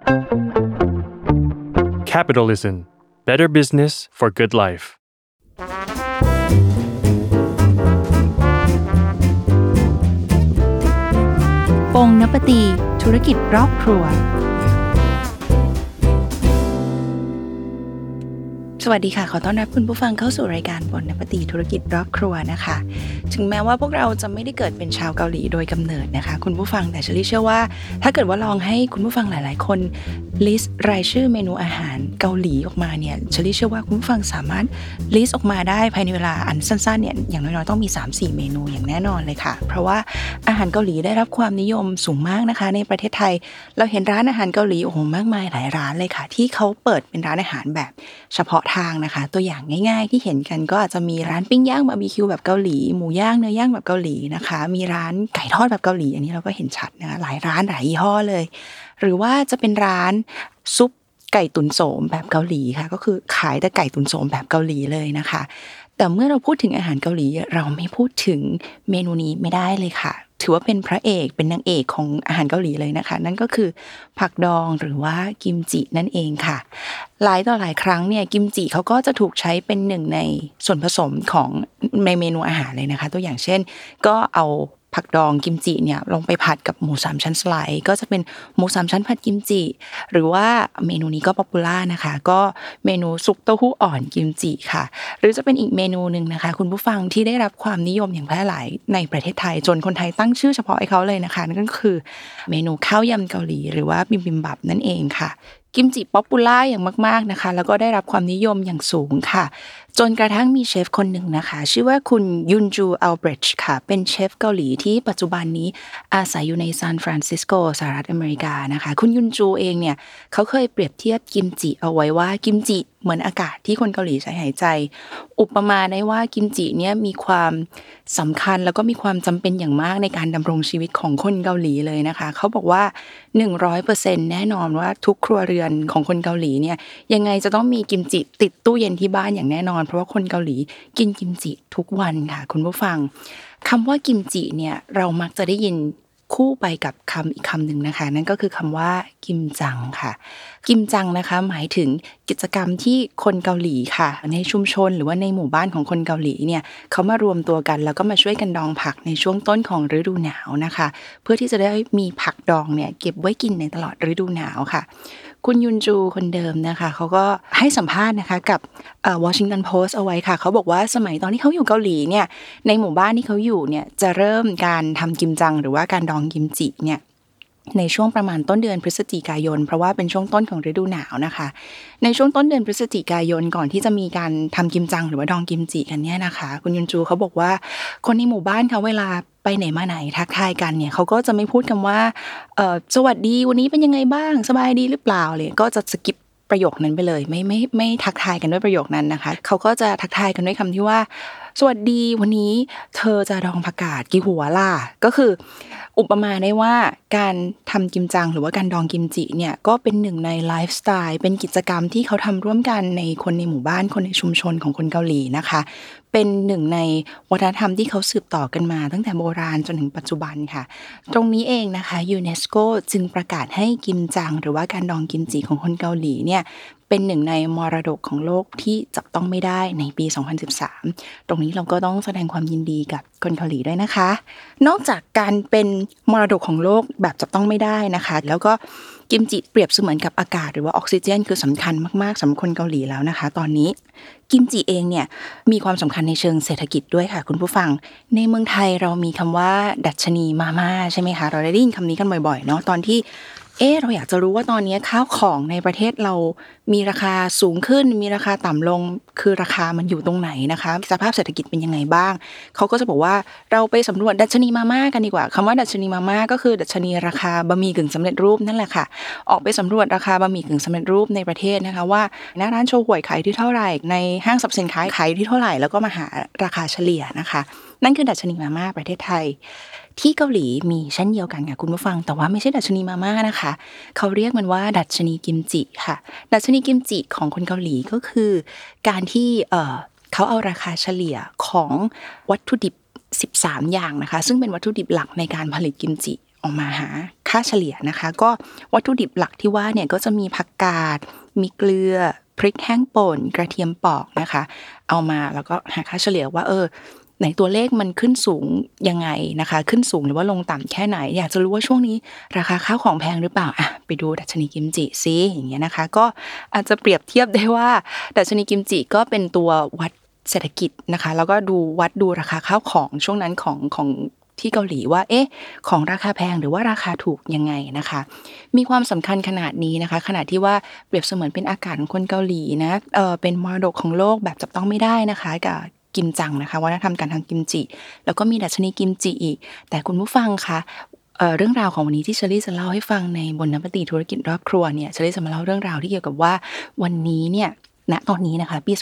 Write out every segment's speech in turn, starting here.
Capitalism. Better business for good life. ปงนปตีธุรกิจรอบครัวสวัสดีค่ะขอต้อนรับคุณผู้ฟังเข้าสู่รายการปงนปตีธุรกิจรอบครัวนะคะถึงแม้ว่าพวกเราจะไม่ได้เกิดเป็นชาวเกาหลีโดยกำเนิดนะคะคุณผู้ฟังแต่เชอรี่เชื่อว่าถ้าเกิดว่าลองให้คุณผู้ฟังหลายๆคนลิสต์รายชื่อเมนูอาหารเกาหลีออกมาเนี่ยเชอรี่เชื่อว่าคุณผู้ฟังสามารถลิสต์ออกมาได้ภายในเวลาอันสั้นๆเนี่ยอย่างน้อยๆต้องมี 3-4 เมนูอย่างแน่นอนเลยค่ะเพราะว่าอาหารเกาหลีได้รับความนิยมสูงมากนะคะในประเทศไทยเราเห็นร้านอาหารเกาหลีโอ้โหมากมายหลายร้านเลยค่ะที่เขาเปิดเป็นร้านอาหารแบบเฉพาะทางนะคะตัวอย่างง่ายๆที่เห็นกันก็อาจจะมีร้านปิ้งย่างบาร์บีคิวแบบเกาหลีหมูย่างเนื้อย่างแบบเกาหลีนะคะมีร้านไก่ทอดแบบเกาหลีอันนี้เราก็เห็นชัดนะคะหลายร้านหลายยี่ห้อเลยหรือว่าจะเป็นร้านซุปไก่ตุ๋นโสมแบบเกาหลีค่ะก็คือขายแต่ไก่ตุ๋นโสมแบบเกาหลีเลยนะคะแต่เมื่อเราพูดถึงอาหารเกาหลีเราไม่พูดถึงเมนูนี้ไม่ได้เลยค่ะถือว่าเป็นพระเอกเป็นนางเอกของอาหารเกาหลีเลยนะคะนั่นก็คือผักดองหรือว่ากิมจินั่นเองค่ะหลายต่อหลายครั้งเนี่ยกิมจิเขาก็จะถูกใช้เป็นหนึ่งในส่วนผสมของในเมนูอาหารเลยนะคะตัวอย่างเช่นก็เอาผักดองกิมจิเนี่ยลงไปผัดกับหมู3ชั้นสไลด์ก็จะเป็นหมู3ชั้นผัดกิมจิหรือว่าเมนูนี้ก็ป๊อปปูล่านะคะก็เมนูซุปเต้าหู้อ่อนกิมจิค่ะหรือจะเป็นอีกเมนูนึงนะคะคุณผู้ฟังที่ได้รับความนิยมอย่างแพร่หลายในประเทศไทยจนคนไทยตั้งชื่อเฉพาะให้เขาเลยนะคะนั่นก็คือเมนูข้าวยำเกาหลีหรือว่าบิมบับนั่นเองค่ะกิมจิป๊อปปูล่าอย่างมากๆนะคะแล้วก็ได้รับความนิยมอย่างสูงค่ะจนกระทั่งมีเชฟคนหนึ่งนะคะชื่อว่าคุณยุนจูอัลเบรชค่ะเป็นเชฟเกาหลีที่ปัจจุบันนี้อาศัยอยู่ในซานฟรานซิสโกสหรัฐอเมริกานะคะคุณยุนจูเองเนี่ยเขาเคยเปรียบเทียบกิมจิเอาไว้ว่ากิมจิเหมือนอากาศที่คนเกาหลีใช้หายใจอุปมาได้ว่ากิมจิเนี่ยมีความสำคัญแล้วก็มีความจำเป็นอย่างมากในการดำรงชีวิตของคนเกาหลีเลยนะคะเขาบอกว่า 100% แน่นอนว่าทุกครัวเรือนของคนเกาหลีเนี่ยยังไงจะต้องมีกิมจิติดตู้เย็นที่บ้านอย่างแน่นอนเพราะว่าคนเกาหลีกินกิมจิทุกวันค่ะคุณผู้ฟังคำว่ากิมจิเนี่ยเรามักจะได้ยินคู่ไปกับคำอีกคำหนึ่งนะคะนั่นก็คือคำว่ากิมจังค่ะกิมจังนะคะหมายถึงกิจกรรมที่คนเกาหลีค่ะในชุมชนหรือว่าในหมู่บ้านของคนเกาหลีเนี่ยเขามารวมตัวกันแล้วก็มาช่วยกันดองผักในช่วงต้นของฤดูหนาวนะคะเพื่อที่จะได้มีผักดองเนี่ยเก็บไว้กินในตลอดฤดูหนาวค่ะคุณยุนจูคนเดิมนะคะเขาก็ให้สัมภาษณ์นะคะกับWashington Post เอาไว้ค่ะเขาบอกว่าสมัยตอนที่เขาอยู่เกาหลีเนี่ยในหมู่บ้านที่เขาอยู่เนี่ยจะเริ่มการทำกิมจังหรือว่าการดองกิมจิเนี่ยในช่วงประมาณต้นเดือนพฤศจิกายนเพราะว่าเป็นช่วงต้นของฤดูหนาวนะคะในช่วงต้นเดือนพฤศจิกายนก่อนที่จะมีการทำกิมจังหรือว่าดองกิมจิกันเนี่ยนะคะคุณยุนจูเขาบอกว่าคนในหมู่บ้านเขาเวลาไปไหนมาไหนทักทายกันเนี่ยเขาก็จะไม่พูดคำว่าสวัสดีวันนี้เป็นยังไงบ้างสบายดีหรือเปล่าเลยก็จะสกิปประโยคนั้นไปเลยไม่ทักทายกันด้วยประโยคนั้นนะคะเขาก็จะทักทายกันด้วยคำที่ว่าสวัสดีวันนี้เธอจะดองผักกาดกี่หัวล่ะก็คืออุปมาได้ว่าการทำกิมจังหรือว่าการดองกิมจิเนี่ยก็เป็นหนึ่งในไลฟ์สไตล์เป็นกิจกรรมที่เขาทำร่วมกันในคนในหมู่บ้านคนในชุมชนของคนเกาหลีนะคะเป็นหนึ่งในวัฒนธรรมที่เขาสืบต่อกันมาตั้งแต่โบราณจนถึงปัจจุบันค่ะตรงนี้เองนะคะยูเนสโกจึงประกาศให้กิมจังหรือว่าการดองกิมจิของคนเกาหลีเนี่ยเป็นหนึ่งในมรดกของโลกที่จับต้องไม่ได้ในปี 2013 ตรงนี้เราก็ต้องแสดงความยินดีกับคนเกาหลีด้วยนะคะนอกจากการเป็นมรดกของโลกแบบจับต้องไม่ได้นะคะแล้วก็กิมจิเปรียบเสมือนกับอากาศหรือว่าออกซิเจนคือสำคัญมากๆสำหรับคนเกาหลีแล้วนะคะตอนนี้กิมจิเองเนี่ยมีความสำคัญในเชิงเศรษฐกิจด้วยค่ะคุณผู้ฟังในเมืองไทยเรามีคำว่าดัชนีมาม่าใช่ไหมคะเราได้ยินคำนี้กันบ่อยๆเนาะตอนที่เราอยากจะรู้ว่าตอนนี้ข้าวของในประเทศเรามีราคาสูงขึ้นมีราคาต่ำลงคือราคามันอยู่ตรงไหนนะคะสภาพเศรษฐกิจเป็นยังไงบ้างเขาก็จะบอกว่าเราไปสำรวจดัชนีมาม่ากันดีกว่าคำว่าดัชนีมาม่าก็คือดัชนีราคาบะหมี่กึ่งสำเร็จรูปนั่นแหละค่ะออกไปสำรวจราคาบะหมี่กึ่งสำเร็จรูปในประเทศนะคะว่าหน้าร้านโชห่วยขายที่เท่าไหร่ในห้างสรรพสินค้าขายที่เท่าไหร่แล้วก็มาหาราคาเฉลี่ยนะคะนั่นคือดัชนีมาม่าประเทศไทยที่เกาหลีมีเช่นเดียวกันค่ะคุณผู้ฟังแต่ว่าไม่ใช่ดัชนีมาม่านะคะเขาเรียกมันว่าดัชนีกิมจิค่ะดัชนีกิมจิของคนเกาหลีก็คือการที่เขาเอาราคาเฉลี่ยของวัตถุดิบ13อย่างนะคะซึ่งเป็นวัตถุดิบหลักในการผลิตกิมจิออกมาหาค่าเฉลี่ยนะคะก็วัตถุดิบหลักที่ว่าเนี่ยก็จะมีผักกาดมีเกลือพริกแห้งป่นกระเทียมปอกนะคะเอามาแล้วก็หาค่าเฉลี่ยว่าไหนตัวเลขมันขึ้นสูงยังไงนะคะขึ้นสูงหรือว่าลงต่ำแค่ไหนอยากจะรู้ว่าช่วงนี้ราคาข้าวของแพงหรือเปล่าไปดูดัชนีกิมจิซิอย่างเงี้ยนะคะก็อาจจะเปรียบเทียบได้ว่าดัชนีกิมจิก็เป็นตัววัดเศรษฐกิจนะคะแล้วก็ดูราคาข้าวของช่วงนั้นของที่เกาหลีว่าของราคาแพงหรือว่าราคาถูกยังไงนะคะมีความสำคัญขนาดนี้นะคะขนาดที่ว่าเปรียบเสมือนเป็นอากาศของคนเกาหลีนะเป็นมรดกของโลกแบบจับต้องไม่ได้นะคะกับกิมจังนะคะวัฒนธรรมการทำกิมจิแล้วก็มีดัชนีกิมจิอีกแต่คุณผู้ฟังคะเรื่องราวของวันนี้ที่เชอรี่จะเล่าให้ฟังในบนน้ำปฏิธุรกิจรอบครัวเนี่ยเชอรี่จะมาเล่าเรื่องราวที่เกี่ยวกับว่าวันนี้เนี่ยณตอนนี้นะคะปี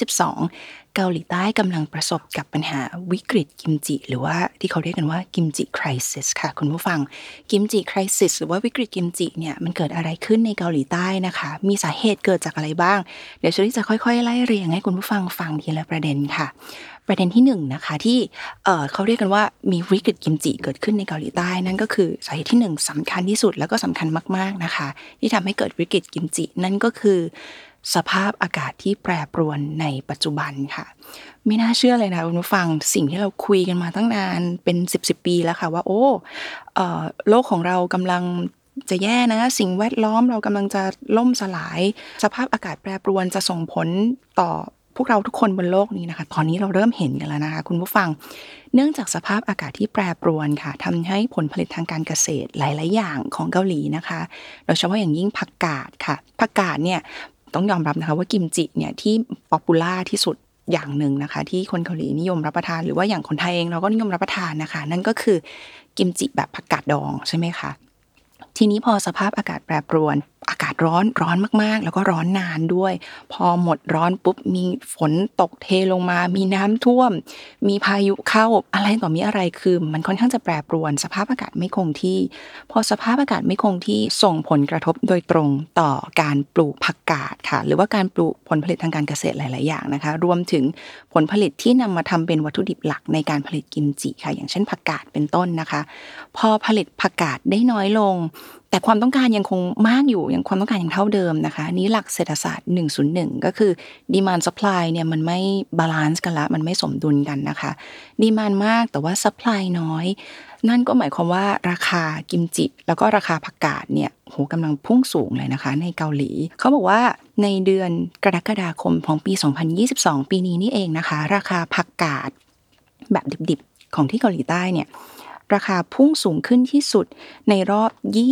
2022เกาหลีใต้กำลังประสบกับปัญหาวิกฤตกิมจิหรือว่าที่เขาเรียกกันว่ากิมจิคริสิสค่ะคุณผู้ฟังกิมจิคริสิสหรือว่าวิกฤตกิมจิเนี่ยมันเกิดอะไรขึ้นในเกาหลีใต้นะคะมีสาเหตุเกิดจากอะไรบ้างเดี๋ยวเชอรี่จะค่อยๆไล่เรียงให้คุณผู้ฟังฟังทีละประเด็นค่ะประเด็นที่1นะคะที่เขาเรียกกันว่ามีวิกฤตกิมจิเกิดขึ้นในเกาหลีใต้นั่นก็คือสาเหตุที่1สำคัญที่สุดแล้วก็สำคัญมากๆนะคะที่ทำให้เกิดวิกฤตกิมจินั่นก็คือสภาพอากาศที่แปรปรวนในปัจจุบันค่ะไม่น่าเชื่อเลยนะคุณผู้ฟังสิ่งที่เราคุยกันมาตั้งนานเป็น10ปีแล้วค่ะว่าโลกของเรากำลังจะแย่นะสิ่งแวดล้อมเรากำลังจะล่มสลายสภาพอากาศแปรปรวนจะส่งผลต่อพวกเราทุกคนบนโลกนี้นะคะตอนนี้เราเริ่มเห็นกันแล้วนะคะคุณผู้ฟังเนื่องจากสภาพอากาศที่แปรปรวนค่ะทำให้ผลผลิตทางการเกษตรหลายๆอย่างของเกาหลีนะคะโดยเฉพาะอย่างยิ่งผักกาดค่ะผักกาดเนี่ยต้องยอมรับนะคะว่ากิมจิเนี่ยที่ป๊อปปูล่าที่สุดอย่างหนึ่งนะคะที่คนเกาหลีนิยมรับประทานหรือว่าอย่างคนไทยเองเราก็นิยมรับประทานนะคะนั่นก็คือกิมจิแบบผักกาดดองใช่ไหมคะทีนี้พอสภาพอากาศแปรปรวนอากาศร้อนมากๆแล้วก็ร้อนนานด้วยพอหมดร้อนปุ๊บมีฝนตกเทลงมามีน้ำท่วมมีพายุเข้าอะไรต่อมีอะไรคือมันค่อนข้างจะแปรปรวนสภาพอากาศไม่คงที่พอสภาพอากาศไม่คงที่ส่งผลกระทบโดยตรงต่อการปลูกผักกาดค่ะหรือว่าการปลูกผลผลิตทางการเกษตรหลายๆอย่างนะคะรวมถึงผลผลิตที่นำมาทำเป็นวัตถุดิบหลักในการผลิตกิมจิค่ะอย่างเช่นผักกาดเป็นต้นนะคะพอผลิตผักกาดได้น้อยลงแต่ความต้องการยังคงมากอยู่ยังความต้องการยังเท่าเดิมนะคะนี้หลักเศรษฐศาสตร์101ก็คือ demand supply เนี่ยมันไม่บาลานซ์กันละมันไม่สมดุลกันนะคะ demand มากแต่ว่า supply น้อยนั่นก็หมายความว่าราคากิมจิแล้วก็ราคาผักกาดเนี่ยกำลังพุ่งสูงเลยนะคะในเกาหลีเขาบอกว่าในเดือนกรกฎาคมของปี2022ปีนี้นี่เองนะคะราคาผักกาดแบบดิบๆของที่เกาหลีใต้เนี่ยราคาพุ่งสูงขึ้นที่สุดในรอบ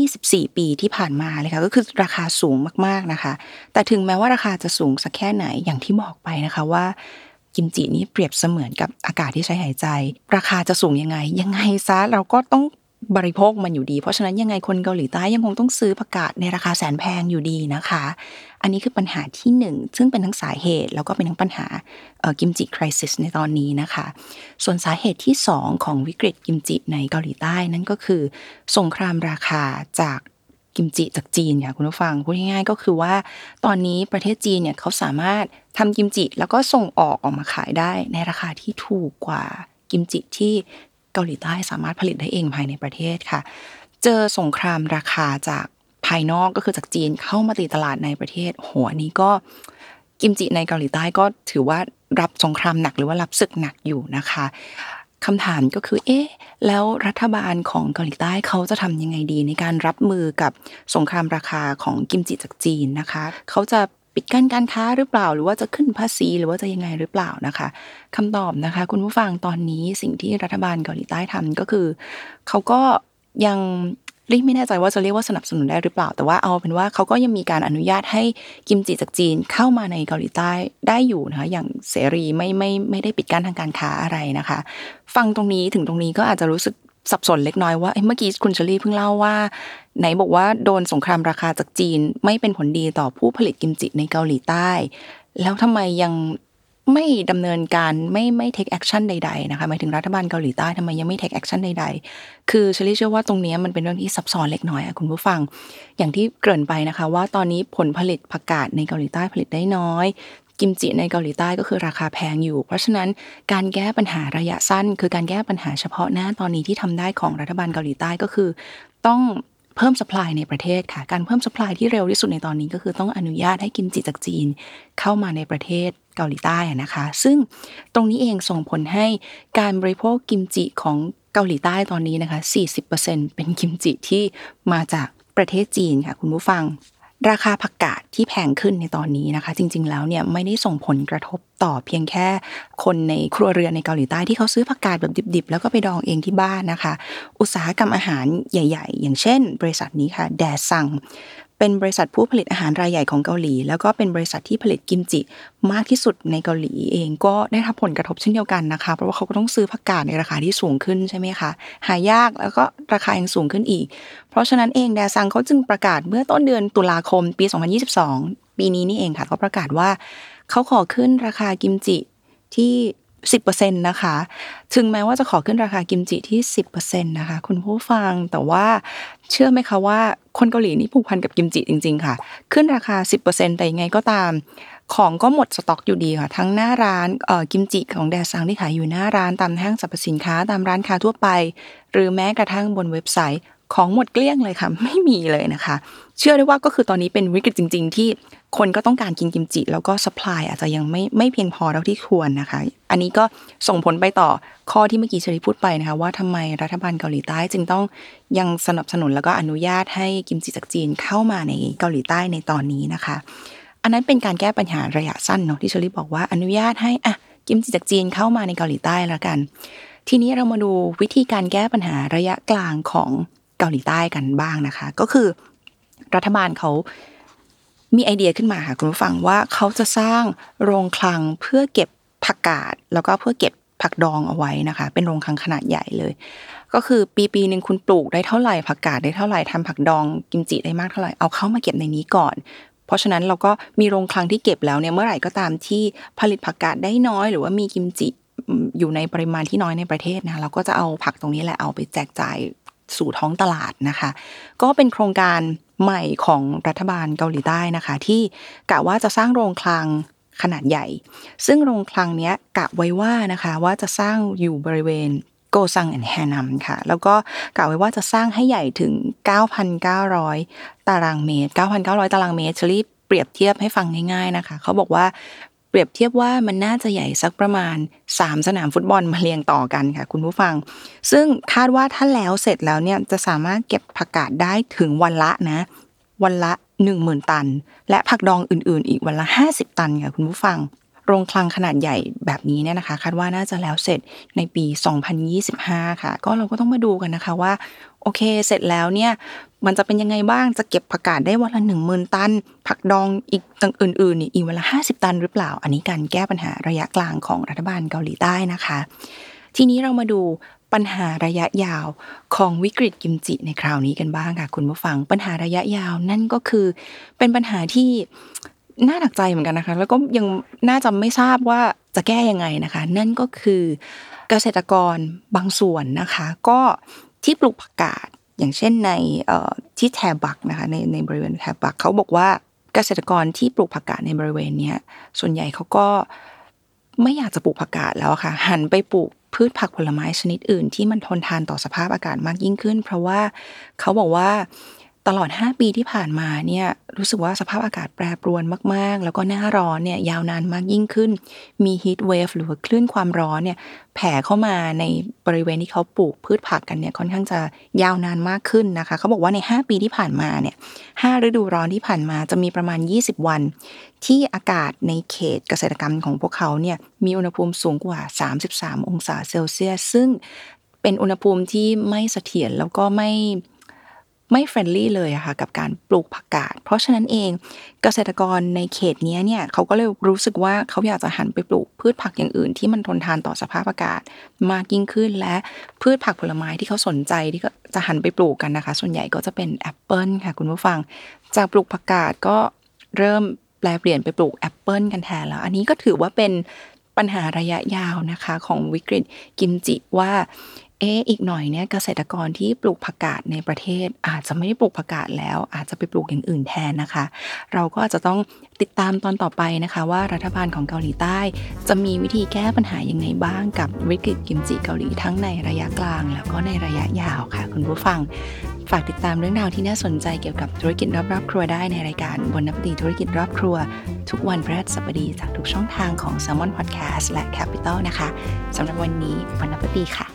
24ปีที่ผ่านมาเลยค่ะก็คือราคาสูงมากๆนะคะแต่ถึงแม้ว่าราคาจะสูงสักแค่ไหนอย่างที่บอกไปนะคะว่ากิมจินี้เปรียบเสมือนกับอากาศที่ใช้หายใจราคาจะสูงยังไงซะเราก็ต้องบริโภคมันอยู่ดีเพราะฉะนั้นยังไงคนเกาหลีใต้ยังคงต้องซื้อผักกาดในราคาแสนแพงอยู่ดีนะคะอันนี้คือปัญหาที่1ซึ่งเป็นทั้งสาเหตุแล้วก็เป็นทั้งปัญหากิมจิคริสิสในตอนนี้นะคะส่วนสาเหตุที่2ของวิกฤตกิมจิในเกาหลีใต้นั่นก็คือสงครามราคาจากกิมจิจากจีนค่ะคุณผู้ฟังพูดง่ายๆก็คือว่าตอนนี้ประเทศจีนเนี่ยเขาสามารถทำกิมจิแล้วก็ส่งออกมาขายได้ในราคาที่ถูกกว่ากิมจิที่เกาหลีใต้สามารถผลิตได้เองภายในประเทศค่ะเจอสงครามราคาจากภายนอกก็คือจากจีนเข้ามาตีตลาดในประเทศอันนี้ก็กิมจิในเกาหลีใต้ก็ถือว่ารับสงครามหนักหรือว่ารับศึกหนักอยู่นะคะคำถามก็คือแล้วรัฐบาลของเกาหลีใต้เขาจะทำยังไงดีในการรับมือกับสงครามราคาของกิมจิจากจีนนะคะเขาจะปิดกั้นการค้าหรือเปล่าหรือว่าจะขึ้นภาษีหรือว่าจะยังไงหรือเปล่านะคะคำตอบนะคะคุณผู้ฟังตอนนี้สิ่งที่รัฐบาลเกาหลีใต้ทำก็คือเขาก็ยังไม่แน่ใจว่าจะเรียกว่าสนับสนุนได้หรือเปล่าแต่ว่าเอาเป็นว่าเขาก็ยังมีการอนุญาตให้กิมจิจากจีนเข้ามาในเกาหลีใต้ได้อยู่นะคะอย่างเสรีไม่ได้ปิดกั้นทางการค้าอะไรนะคะฟังตรงนี้ถึงตรงนี้ก็อาจจะรู้สึกสับสนเล็กน้อยว่าเมื่อกี้คุณเชอรี่เพิ่งเล่าว่าไหนบอกว่าโดนสงครามราคาจากจีนไม่เป็นผลดีต่อผู้ผลิตกิมจิในเกาหลีใต้แล้วทำไมยังไม่ดำเนินการไม่ take action ใดๆนะคะหมายถึงรัฐบาลเกาหลีใต้ทำไมยังไม่ take action ใดๆคือเชอรี่เชื่อว่าตรงนี้มันเป็นเรื่องที่ซับซ้อนเล็กน้อยคุณผู้ฟังอย่างที่เกริ่นไปนะคะว่าตอนนี้ผลผลิตผักกาดในเกาหลีใต้ผลิตได้น้อยกิมจิในเกาหลีใต้ก็คือราคาแพงอยู่เพราะฉะนั้นการแก้ปัญหาระยะสั้นคือการแก้ปัญหาเฉพาะหน้าตอนนี้ที่ทำได้ของรัฐบาลเกาหลีใต้ก็คือต้องเพิ่ม supply ในประเทศค่ะการเพิ่ม supply ที่เร็วที่สุดในตอนนี้ก็คือต้องอนุญาตให้กิมจิจากจีนเข้ามาในประเทศเกาหลีใต้นะคะซึ่งตรงนี้เองส่งผลให้การบริโภคกิมจิของเกาหลีใต้ตอนนี้นะคะ 40% เป็นกิมจิที่มาจากประเทศจีนค่ะคุณผู้ฟังราคาผักกาดที่แพงขึ้นในตอนนี้นะคะจริงๆแล้วเนี่ยไม่ได้ส่งผลกระทบต่อเพียงแค่คนในครัวเรือนในเกาหลีใต้ที่เขาซื้อผักกาดแบบดิบๆแล้วก็ไปดองเองที่บ้านนะคะอุตสาหกรรมอาหารใหญ่ๆอย่างเช่นบริษัทนี้ค่ะแดซังเป็นบริษัทผู้ผลิตอาหารรายใหญ่ของเกาหลีแล้วก็เป็นบริษัทที่ผลิตกิมจิมากที่สุดในเกาหลีเองก็ได้รับผลกระทบเช่นเดียวกันนะคะเพราะว่าเขาก็ต้องซื้อผักกาดในราคาที่สูงขึ้นใช่ไหมคะหายากแล้วก็ราคายังสูงขึ้นอีกเพราะฉะนั้นเองแดซังเขาจึงประกาศเมื่อต้นเดือนตุลาคมปี2022ปีนี้นี่เองค่ะเขาประกาศว่าเขาขอขึ้นราคากิมจิที่10% นะคะถึงแม้ว่าจะขอขึ้นราคากิมจิที่ 10% นะคะคุณผู้ฟังแต่ว่าเชื่อไหมคะว่าคนเกาหลีนี่ผูกพันกับกิมจิจริงๆค่ะขึ้นราคา 10% แต่ยังไงก็ตามของก็หมดสต็อกอยู่ดีค่ะทั้งหน้าร้านกิมจิของแดซังที่ขายอยู่หน้าร้านตามห้างสรรพสินค้าตามร้านค้าทั่วไปหรือแม้กระทั่งบนเว็บไซต์ของหมดเกลี้ยงเลยค่ะไม่มีเลยนะคะเชื่อได้ว่าก็คือตอนนี้เป็นวิกฤตจริงๆที่คนก็ต้องการกินกิมจิแล้วก็ซัพพลายอาจจะยังไม่เพียงพอเท่าที่ควรนะคะอันนี้ก็ส่งผลไปต่อข้อที่เมื่อกี้เชอรี่พูดไปนะคะว่าทำไมรัฐบาลเกาหลีใต้จึงต้องยังสนับสนุนแล้วก็อนุญาตให้กิมจิจากจีนเข้ามาในเกาหลีใต้ในตอนนี้นะคะอันนั้นเป็นการแก้ปัญหาระยะสั้นเนาะที่เชอรี่บอกว่าอนุญาตให้กิมจิจากจีนเข้ามาในเกาหลีใต้แล้วกันทีนี้เรามาดูวิธีการแก้ปัญหาระยะกลางของเกาหลีใต้กันบ้างนะคะก็คือรัฐบาลเขามีไอเดียขึ้นมาค่ะคุณผู้ฟังว่าเขาจะสร้างโรงคลังเพื่อเก็บผักกาดแล้วก็เพื่อเก็บผักดองเอาไว้นะคะเป็นโรงคลังขนาดใหญ่เลยก็คือปีนึงคุณปลูกได้เท่าไหร่ผักกาดได้เท่าไหร่ทำผักดองกิมจิได้มากเท่าไหร่เอาเข้ามาเก็บในนี้ก่อนเพราะฉะนั้นเราก็มีโรงคลังที่เก็บแล้วเนี่ยเมื่อไหร่ก็ตามที่ผลิตผักกาดได้น้อยหรือว่ามีกิมจิอยู่ในปริมาณที่น้อยในประเทศนะเราก็จะเอาผักตรงนี้แหละเอาไปแจกจ่ายสู่ท้องตลาดนะคะก็เป็นโครงการใหม่ของรัฐบาลเกาหลีใต้นะคะที่กะว่าจะสร้างโรงคลังขนาดใหญ่ซึ่งโรงคลังเนี้ยกะไว้ว่านะคะว่าจะสร้างอยู่บริเวณโกซังแอนด์แฮนัมค่ะแล้วก็กะไว้ว่าจะสร้างให้ใหญ่ถึง 9,900 ตารางเมตร 9,900 ตารางเมตรเชอรี่เปรียบเทียบให้ฟังง่ายๆนะคะเขาบอกว่าเปรียบเทียบว่ามันน่าจะใหญ่สักประมาณ3สนามฟุตบอลมาเรียงต่อกันค่ะคุณผู้ฟังซึ่งคาดว่าถ้าแล้วเสร็จแล้วเนี่ยจะสามารถเก็บผักกาดได้ถึงวันละ 10,000 ตันและผักดองอื่นๆอีกวันละ50 ตันค่ะคุณผู้ฟังโรงคลังขนาดใหญ่แบบนี้เนี่ยนะคะคาดว่าน่าจะแล้วเสร็จในปี2025ค่ะก็เราก็ต้องมาดูกันนะคะว่าโอเคเสร็จแล้วเนี่ยมันจะเป็นยังไงบ้างจะเก็บผักกาดได้วันละ 10,000 ตันผักดองอีกต่างอื่นๆอีกวันละ50 ตันหรือเปล่าอันนี้การแก้ปัญหาระยะกลางของรัฐบาลเกาหลีใต้นะคะทีนี้เรามาดูปัญหาระยะยาวของวิกฤตกิมจิในคราวนี้กันบ้างค่ะคุณผู้ฟังปัญหาระยะยาวนั่นก็คือเป็นปัญหาที่น่าหนักใจเหมือนกันนะคะแล้วก็ยังน่าจะไม่ทราบว่าจะแก้ยังไงนะคะนั่นก็คือเกษตรกรบางส่วนนะคะก็ที่ปลูกผักกาดอย่างเช่นในที่แถบบักนะคะในบริเวณแถบบักเขาบอกว่าเกษตรกรที่ปลูกผักกาดในบริเวณนี้ส่วนใหญ่เขาก็ไม่อยากจะปลูกผักกาดแล้วค่ะหันไปปลูกพืชผักผลไม้ชนิดอื่นที่มันทนทานต่อสภาพอากาศมากยิ่งขึ้นเพราะว่าเขาบอกว่าตลอด5ปีที่ผ่านมาเนี่ยรู้สึกว่าสภาพอากาศแปรปรวนมากๆแล้วก็หน้าร้อนเนี่ยยาวนานมากยิ่งขึ้นมี heat wave หรือว่าคลื่นความร้อนเนี่ยแผ่เข้ามาในบริเวณที่เขาปลูกพืชผักกันเนี่ยค่อนข้างจะยาวนานมากขึ้นนะคะเขาบอกว่าใน5ปีที่ผ่านมาเนี่ย5ฤดูร้อนที่ผ่านมาจะมีประมาณ20วันที่อากาศในเขตเกษตรกรรมของพวกเขาเนี่ยมีอุณหภูมิสูงกว่า33องศาเซลเซียสซึ่งเป็นอุณหภูมิที่ไม่เสถียรแล้วก็ไม่เฟรนลี่เลยอะค่ะกับการปลูกผักกาดเพราะฉะนั้นเองเกษตรกรในเขตนี้เนี่ยเขาก็เลยรู้สึกว่าเขาอยากจะหันไปปลูกพืชผักอย่างอื่นที่มันทนทานต่อสภาพอากาศมากยิ่งขึ้นและพืชผักผลไม้ที่เขาสนใจที่จะหันไปปลูกกันนะคะส่วนใหญ่ก็จะเป็นแอปเปิลค่ะคุณผู้ฟังจากปลูกผักกาดก็เริ่มแปลเปลี่ยนไปปลูกแอปเปิลกันแทนแล้วอันนี้ก็ถือว่าเป็นปัญหาระยะยาวนะคะของวิกฤตกิมจิว่าอีกหน่อยเนี่ยเกษตรกรที่ปลูกผักกาดในประเทศอาจจะไม่ได้ปลูกผักกาดแล้วอาจจะไปปลูกอย่างอื่นแทนนะคะเราก็อาจจะต้องติดตามตอนต่อไปนะคะว่ารัฐบาลของเกาหลีใต้จะมีวิธีแก้ปัญหายังไงบ้างกับวิกฤตกิมจิเกาหลีทั้งในระยะกลางแล้วก็ในระยะยาวค่ะคุณผู้ฟังฝากติดตามเรื่องราวที่น่าสนใจเกี่ยวกับธุรกิจรอบๆครัวได้ในรายการบนนัปตีธุรกิจรอบครัวทุกวันพฤหัสบดีจากทุกช่องทางของ Salmon Podcast และ Capital นะคะสำหรับวันนี้บนนัปตีค่ะ